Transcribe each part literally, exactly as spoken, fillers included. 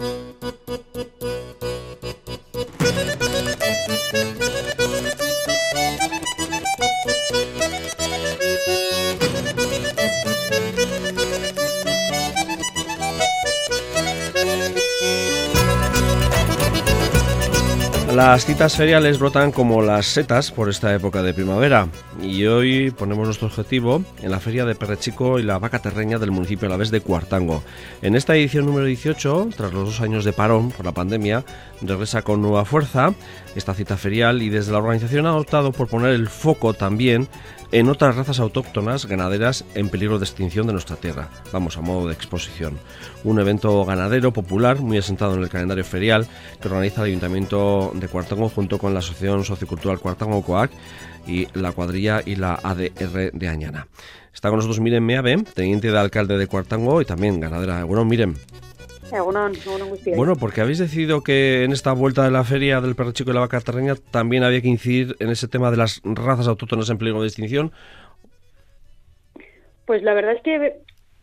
Las citas feriales brotan como las setas por esta época de primavera y hoy ponemos nuestro objetivo en la Feria de Perrechico y la Vaca Terreña del municipio alavés de Cuartango. En esta edición número dieciocho, tras los dos años de parón por la pandemia, regresa con nueva fuerza esta cita ferial y desde la organización ha optado por poner el foco también en otras razas autóctonas ganaderas en peligro de extinción de nuestra tierra. Vamos, a modo de exposición. Un evento ganadero popular muy asentado en el calendario ferial que organiza el Ayuntamiento de Cuartango junto con la Asociación Sociocultural Cuartango Coac y la cuadrilla y la A D R de Añana. Está con nosotros Miren Meave, teniente de alcalde de Cuartango y también ganadera. Bueno, Miren. Bueno, porque habéis decidido que en esta vuelta de la feria del Perrechico y la Vaca Terreña también había que incidir en ese tema de las razas autóctonas en peligro de extinción. Pues la verdad es que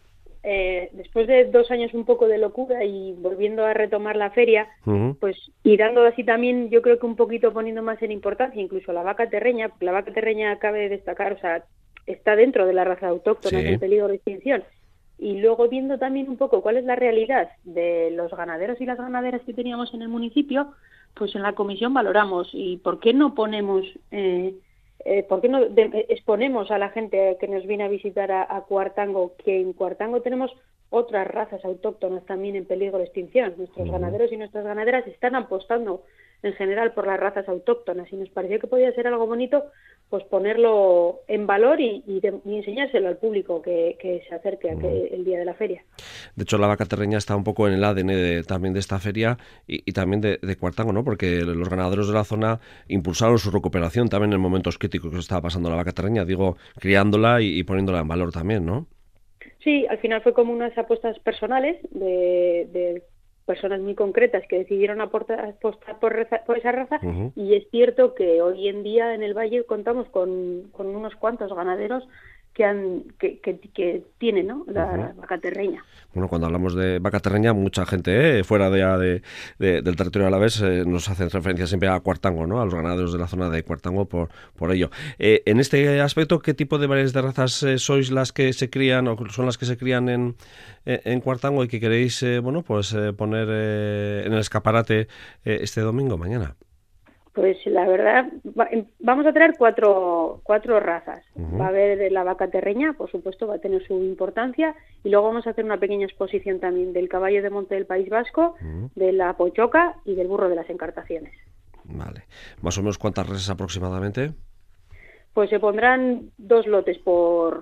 eh, después de dos años un poco de locura y volviendo a retomar la feria, uh-huh. pues y dando así también, yo creo que un poquito poniendo más en importancia incluso la Vaca Terreña, porque la Vaca Terreña cabe destacar, o sea, está dentro de la raza autóctona sí. en peligro de extinción. Y luego viendo también un poco cuál es la realidad de los ganaderos y las ganaderas que teníamos en el municipio, pues en la comisión valoramos y por qué no ponemos, eh, eh, por qué no de, exponemos a la gente que nos viene a visitar a, a Cuartango, que en Cuartango tenemos otras razas autóctonas también en peligro de extinción. Nuestros uh-huh. ganaderos y nuestras ganaderas están apostando en general por las razas autóctonas y nos pareció que podía ser algo bonito pues ponerlo en valor y, y, de, y enseñárselo al público que, que se acerque a que, el día de la feria. De hecho, la Vaca Terreña está un poco en el A D N de, también de esta feria y, y también de, de Cuartango, ¿no? Porque los ganaderos de la zona impulsaron su recuperación también en momentos críticos que estaba pasando la Vaca Terreña, digo, criándola y, y poniéndola en valor también, ¿no? Sí, al final fue como unas apuestas personales de, de personas muy concretas que decidieron aportar, apostar por, reza, por esa raza uh-huh. y es cierto que hoy en día en el Valle contamos con, con unos cuantos ganaderos que han que, que, que tienen ¿no? la uh-huh. vaca terreña. Bueno, cuando hablamos de vaca terreña, mucha gente eh, fuera de, de, de, del territorio alavés eh, nos hacen referencia siempre a Cuartango, ¿no? A los ganaderos de la zona de Cuartango por, por ello. Eh, en este aspecto, ¿qué tipo de variedades de razas eh, sois las que se crían o son las que se crían en, eh, en Cuartango y que queréis eh, bueno, pues eh, poner eh, en el escaparate eh, este domingo, mañana? Pues la verdad, vamos a traer cuatro, cuatro razas. Uh-huh. Va a haber la vaca terreña, por supuesto, va a tener su importancia, y luego vamos a hacer una pequeña exposición también del caballo de monte del País Vasco, uh-huh. de la pochoca y del burro de las Encartaciones. Vale. ¿Más o menos cuántas razas aproximadamente? Pues se pondrán dos lotes por...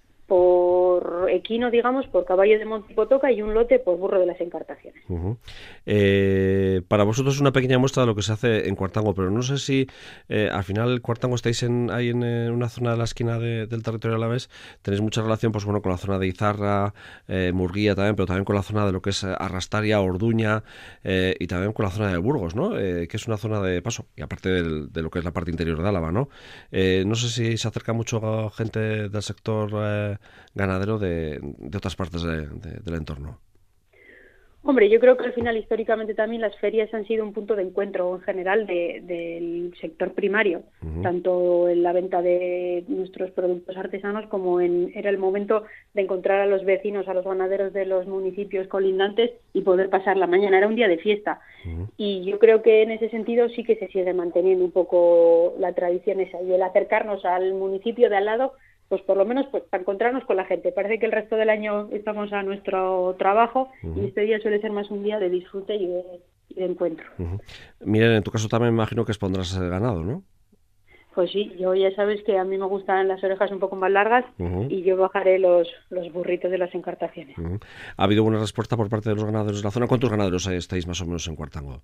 por equino, digamos, por caballo de monte y potoca y un lote por burro de las Encartaciones. Uh-huh. Eh, para vosotros es una pequeña muestra de lo que se hace en Cuartango, pero no sé si eh, al final Cuartango estáis en, ahí en, en una zona de la esquina de, del territorio alavés, tenéis mucha relación pues bueno con la zona de Izarra, eh, Murguía también, pero también con la zona de lo que es Arrastaria, Orduña eh, y también con la zona de Burgos, ¿no? Eh, que es una zona de paso, y aparte del, de lo que es la parte interior de Álava, ¿no? Eh, no sé si se acerca mucho gente del sector eh, ganadero de, de otras partes de, de, del entorno. Hombre, yo creo que al final históricamente también las ferias han sido un punto de encuentro en general de, del sector primario, uh-huh. tanto en la venta de nuestros productos artesanos como en era el momento de encontrar a los vecinos, a los ganaderos de los municipios colindantes y poder pasar la mañana. Era un día de fiesta uh-huh. y yo creo que en ese sentido sí que se sigue manteniendo un poco la tradición esa y el acercarnos al municipio de al lado, pues por lo menos pues, para encontrarnos con la gente. Parece que el resto del año estamos a nuestro trabajo uh-huh. y este día suele ser más un día de disfrute y de, y de encuentro. Uh-huh. Miren, en tu caso también me imagino que expondrás el ganado, ¿no? Pues sí, yo ya sabes que a mí me gustan las orejas un poco más largas uh-huh. y yo bajaré los, los burritos de las Encartaciones. Uh-huh. ¿Ha habido buena respuesta por parte de los ganaderos de la zona? ¿Cuántos ganaderos estáis más o menos en Cuartango?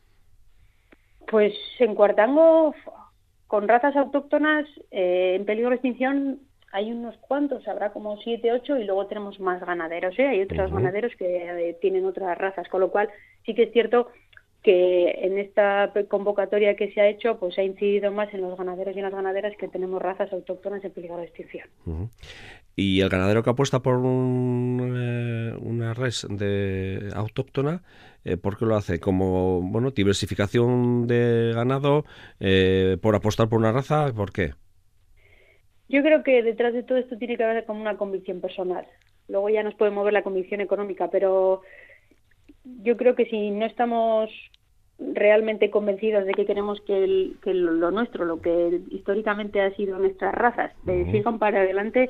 Pues en Cuartango, con razas autóctonas eh, en peligro de extinción, hay unos cuantos, habrá como siete, ocho, y luego tenemos más ganaderos, ¿eh? Hay otros uh-huh. ganaderos que eh, tienen otras razas, con lo cual sí que es cierto que en esta convocatoria que se ha hecho pues ha incidido más en los ganaderos y en las ganaderas que tenemos razas autóctonas en peligro de extinción. Uh-huh. Y el ganadero que apuesta por un, eh, una res de autóctona, eh, ¿por qué lo hace? ¿Como bueno diversificación de ganado, eh, por apostar por una raza? ¿Por qué? Yo creo que detrás de todo esto tiene que haber como una convicción personal. Luego ya nos puede mover la convicción económica, pero yo creo que si no estamos realmente convencidos de que queremos que, el, que lo nuestro, lo que históricamente ha sido nuestras razas, uh-huh. sigan para adelante,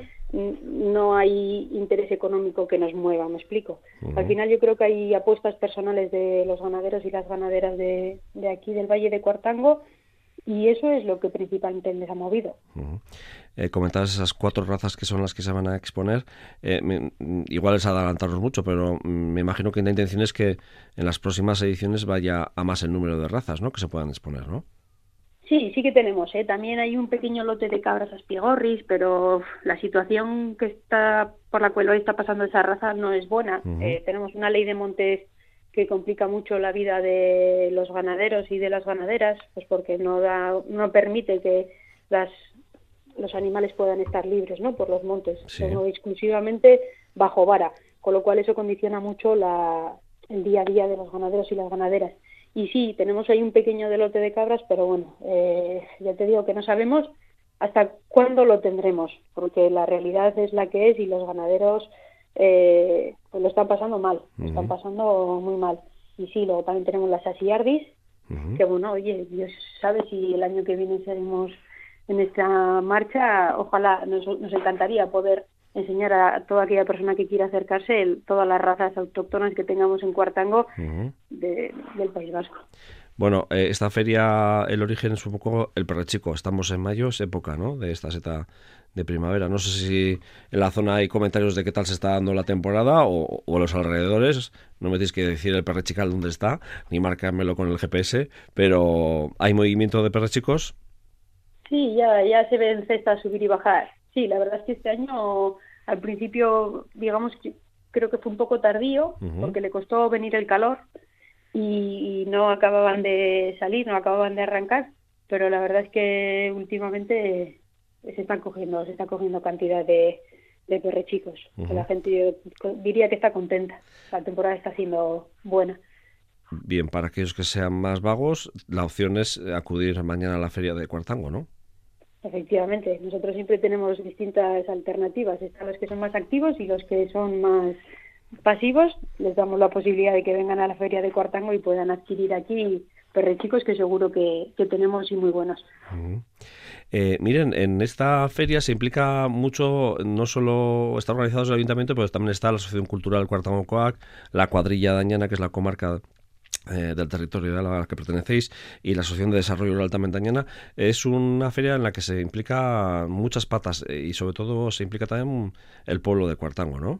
no hay interés económico que nos mueva, ¿me explico? Uh-huh. Al final yo creo que hay apuestas personales de los ganaderos y las ganaderas de, de aquí del Valle de Cuartango, y eso es lo que principalmente les ha movido. Uh-huh. Eh, comentabas esas cuatro razas que son las que se van a exponer. Eh, me, igual es adelantaros mucho, pero me imagino que la intención es que en las próximas ediciones vaya a más el número de razas, ¿no?, que se puedan exponer, ¿no? Sí, sí que tenemos, ¿eh? También hay un pequeño lote de cabras aspigorris, pero la situación que está por la cual hoy está pasando esa raza no es buena. Uh-huh. Eh, tenemos una ley de montes que complica mucho la vida de los ganaderos y de las ganaderas, pues porque no da, no permite que las los animales puedan estar libres, ¿no?, por los montes, sí. Sino exclusivamente bajo vara, con lo cual eso condiciona mucho la, el día a día de los ganaderos y las ganaderas. Y sí, tenemos ahí un pequeño lote de cabras, pero bueno, eh, ya te digo que no sabemos hasta cuándo lo tendremos, porque la realidad es la que es y los ganaderos eh, pues lo están pasando mal, lo uh-huh. están pasando muy mal. Y sí, luego también tenemos las asiardis, uh-huh. que bueno, oye, Dios sabe si el año que viene seremos en esta marcha. Ojalá, nos, nos encantaría poder enseñar a toda aquella persona que quiera acercarse el, todas las razas autóctonas que tengamos en Cuartango uh-huh. de, del País Vasco. Bueno, eh, esta feria, el origen es un poco el Perrechico. Estamos en mayo, es época, ¿no?, de esta seta de primavera. No sé si en la zona hay comentarios de qué tal se está dando la temporada o, o los alrededores. No me tienes que decir el Perrechical dónde está, ni marcármelo con el G P S, pero ¿hay movimiento de perrechicos? Sí, ya, ya se ven cestas subir y bajar. Sí, la verdad es que este año, al principio, digamos, creo que fue un poco tardío, uh-huh. porque le costó venir el calor y, y no acababan de salir, no acababan de arrancar, pero la verdad es que últimamente se están cogiendo, se está cogiendo cantidad de, de perrechicos. Uh-huh. La gente, yo diría que está contenta. La temporada está siendo buena. Bien, para aquellos que sean más vagos, la opción es acudir mañana a la feria de Cuartango, ¿no? Efectivamente, nosotros siempre tenemos distintas alternativas. Están los que son más activos y los que son más pasivos. Les damos la posibilidad de que vengan a la feria de Cuartango y puedan adquirir aquí perrechicos que seguro que, que tenemos y muy buenos. Uh-huh. Eh, miren, en esta feria se implica mucho, no solo está organizado el Ayuntamiento, pero también está la Asociación Cultural Cuartango-Coac, la Cuadrilla de Añana, que es la comarca Eh, del territorio de Álava al que pertenecéis, y la Asociación de Desarrollo Rural también de Añana. Es una feria en la que se implica muchas patas eh, y sobre todo se implica también el pueblo de Cuartango, ¿no?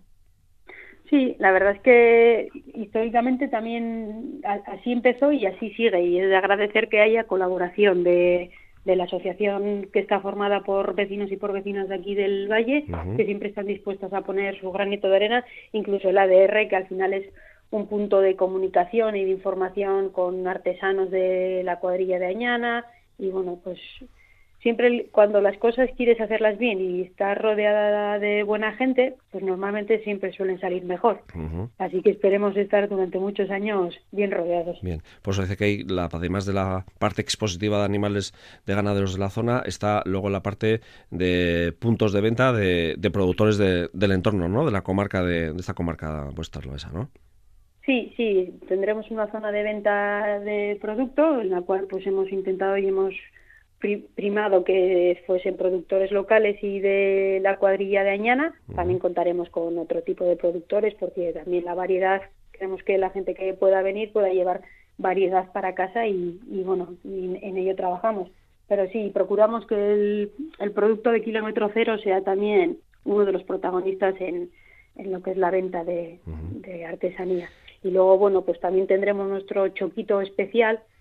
Sí, la verdad es que históricamente también así empezó y así sigue, y es de agradecer que haya colaboración de, de la asociación, que está formada por vecinos y por vecinas de aquí del Valle, uh-huh. que siempre están dispuestos a poner su granito de arena, incluso el A D R, que al final es un punto de comunicación y de información con artesanos de la Cuadrilla de Añana. Y bueno, pues siempre cuando las cosas quieres hacerlas bien y estás rodeada de buena gente, pues normalmente siempre suelen salir mejor. Uh-huh. Así que esperemos estar durante muchos años bien rodeados. Bien, por eso dice que hay, la, además de la parte expositiva de animales de ganaderos de la zona, está luego la parte de puntos de venta de, de productores de, del entorno, ¿no?, de la comarca, de, de esta comarca vuestra, esa, ¿no? Sí, sí, tendremos una zona de venta de producto en la cual pues hemos intentado y hemos primado que fuesen productores locales y de la Cuadrilla de Añana. Uh-huh. También contaremos con otro tipo de productores porque también la variedad, queremos que la gente que pueda venir pueda llevar variedad para casa y, y bueno, y en ello trabajamos. Pero sí, procuramos que el, el producto de kilómetro cero sea también uno de los protagonistas en, en lo que es la venta de, uh-huh. de artesanía. Y luego, bueno, pues también tendremos nuestro choquito especial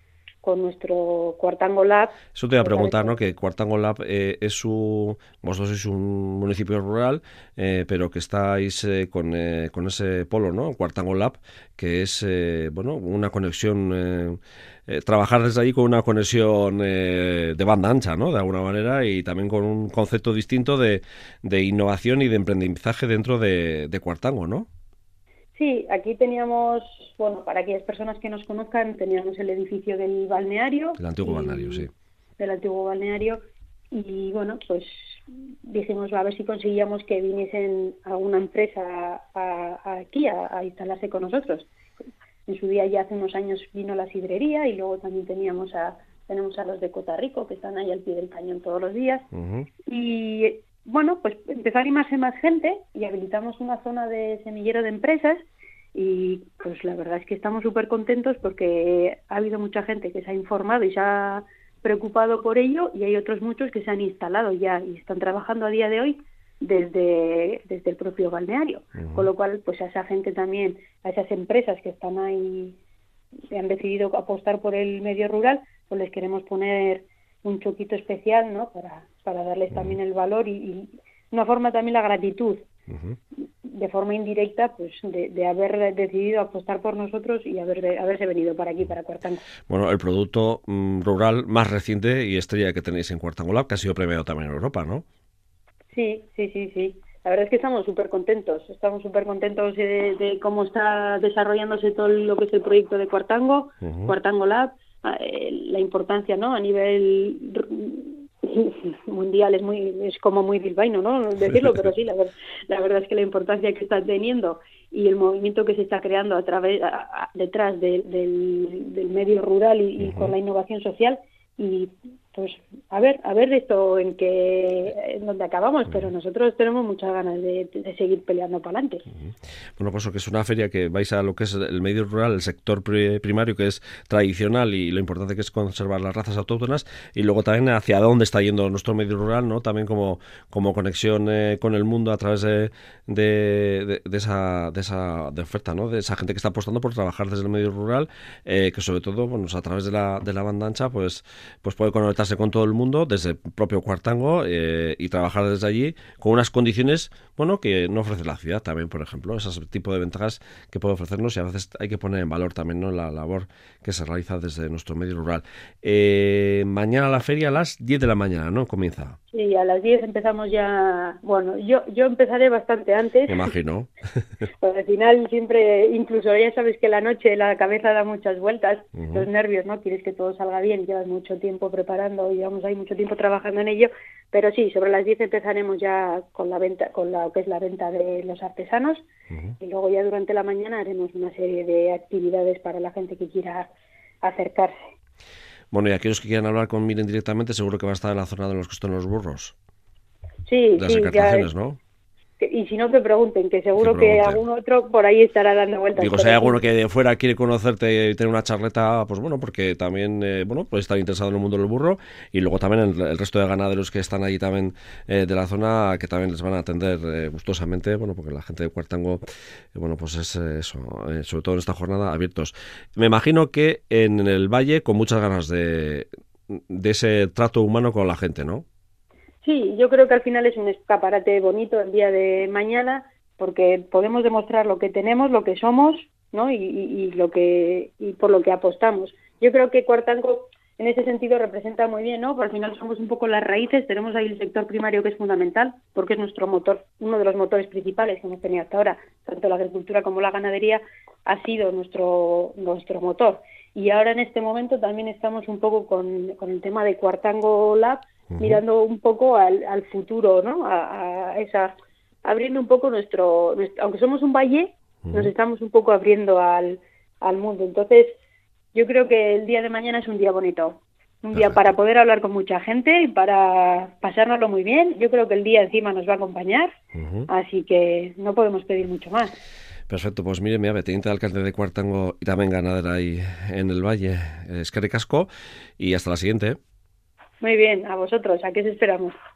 con nuestro Cuartango Lab. Eso te iba a preguntar, ¿no? Que Cuartango Lab eh, es su... Vosotros sois un municipio rural, eh, pero que estáis eh, con, eh, con ese polo, ¿no? Cuartango Lab, que es, eh, bueno, una conexión... Eh, eh, trabajar desde ahí con una conexión eh, de banda ancha, ¿no? De alguna manera, y también con un concepto distinto de, de innovación y de emprendizaje dentro de, de Cuartango, ¿no? Sí, aquí teníamos, bueno, para aquellas personas que nos conozcan, teníamos el edificio del balneario. El antiguo y, balneario, sí. Del antiguo balneario. Y bueno, pues dijimos a ver si conseguíamos que viniesen alguna empresa a, a aquí a, a instalarse con nosotros. En su día, ya hace unos años, vino la sidrería y luego también teníamos a, tenemos a los de Cota Rico, que están ahí al pie del cañón todos los días. Uh-huh. Y bueno, pues empezó a animarse más gente y habilitamos una zona de semillero de empresas y pues la verdad es que estamos súper contentos porque ha habido mucha gente que se ha informado y se ha preocupado por ello y hay otros muchos que se han instalado ya y están trabajando a día de hoy desde, desde el propio balneario. Uh-huh. Con lo cual, pues a esa gente también, a esas empresas que están ahí, que han decidido apostar por el medio rural, pues les queremos poner un choquito especial, ¿no? Para, para darles uh-huh. también el valor y, y una forma también la gratitud, uh-huh. de forma indirecta, pues de, de haber decidido apostar por nosotros y haber de, haberse venido para aquí, para Cuartango. Bueno, el producto mm, rural más reciente y estrella que tenéis en Cuartango Lab, que ha sido premiado también en Europa, ¿no? Sí, sí, sí, sí. La verdad es que estamos súper contentos. Estamos súper contentos de, de cómo está desarrollándose todo lo que es el proyecto de Cuartango, uh-huh. Cuartango Lab, eh, la importancia, ¿no? A nivel mundial es muy es como muy bilbaíno, ¿no? Decirlo, pero sí, la, la verdad es que la importancia que está teniendo y el movimiento que se está creando a través a, a, detrás de, del, del medio rural y, uh-huh. y con la innovación social y pues a ver a ver esto en que en donde acabamos, pero nosotros tenemos muchas ganas de, de seguir peleando para adelante. Bueno, pues que es una feria que vais a lo que es el medio rural, el sector primario que es tradicional y lo importante que es conservar las razas autóctonas y luego también hacia dónde está yendo nuestro medio rural, ¿no? También como como conexión eh, con el mundo a través de, de, de, de esa de esa de oferta, ¿no? De esa gente que está apostando por trabajar desde el medio rural, eh, que sobre todo, bueno, a través de la de la banda ancha, pues pues puede conectarse con todo el mundo desde el propio Cuartango eh, y trabajar desde allí con unas condiciones, bueno, que no ofrece la ciudad también, por ejemplo, ese tipo de ventajas que puede ofrecernos y a veces hay que poner en valor también, ¿no? La labor que se realiza desde nuestro medio rural. Eh, mañana la feria a las diez de la mañana, ¿no? Comienza. Sí, a las diez empezamos ya, bueno, yo yo empezaré bastante antes. Me imagino. Pues al final siempre, incluso ya sabes que la noche la cabeza da muchas vueltas, uh-huh. los nervios, ¿no? Quieres que todo salga bien, llevas mucho tiempo preparando y llevamos ahí mucho tiempo trabajando en ello, pero sí, sobre las diez empezaremos ya con la venta, con lo que es la venta de los artesanos uh-huh. y luego ya durante la mañana haremos una serie de actividades para la gente que quiera acercarse. Bueno, y aquellos que quieran hablar con Miren directamente, seguro que va a estar en la zona de los que están los burros. Sí, de las sí, encartaciones, ya, ¿no? Y si no, que pregunten, que seguro que, que algún otro por ahí estará dando vueltas. Digo, si hay alguno que de fuera quiere conocerte y tener una charleta, pues bueno, porque también, eh, bueno, puede estar interesado en el mundo del burro y luego también el, el resto de ganaderos que están allí también eh, de la zona, que también les van a atender eh, gustosamente, bueno, porque la gente de Cuartango, eh, bueno, pues es eh, eso, eh, sobre todo en esta jornada, abiertos. Me imagino que en el Valle con muchas ganas de, de ese trato humano con la gente, ¿no? Sí, yo creo que al final es un escaparate bonito el día de mañana porque podemos demostrar lo que tenemos, lo que somos, ¿no? Y, y, y lo que y por lo que apostamos. Yo creo que Cuartango en ese sentido representa muy bien, ¿no? Porque al final somos un poco las raíces, tenemos ahí el sector primario que es fundamental porque es nuestro motor, uno de los motores principales que hemos tenido hasta ahora, tanto la agricultura como la ganadería ha sido nuestro nuestro motor. Y ahora en este momento también estamos un poco con, con el tema de Cuartango Lab, uh-huh. mirando un poco al, al futuro, ¿no? A, a esa, abriendo un poco nuestro, nuestro, aunque somos un valle, uh-huh. nos estamos un poco abriendo al, al mundo. Entonces, yo creo que el día de mañana es un día bonito, un día para poder hablar con mucha gente y para pasárnoslo muy bien. Yo creo que el día encima nos va a acompañar, uh-huh. así que no podemos pedir mucho más. Perfecto, pues mire, mi ave, teniente de alcalde de Cuartango y también ganadera ahí en el Valle, eskerrik asko y hasta la siguiente. Muy bien, a vosotros, ¿a qué os esperamos?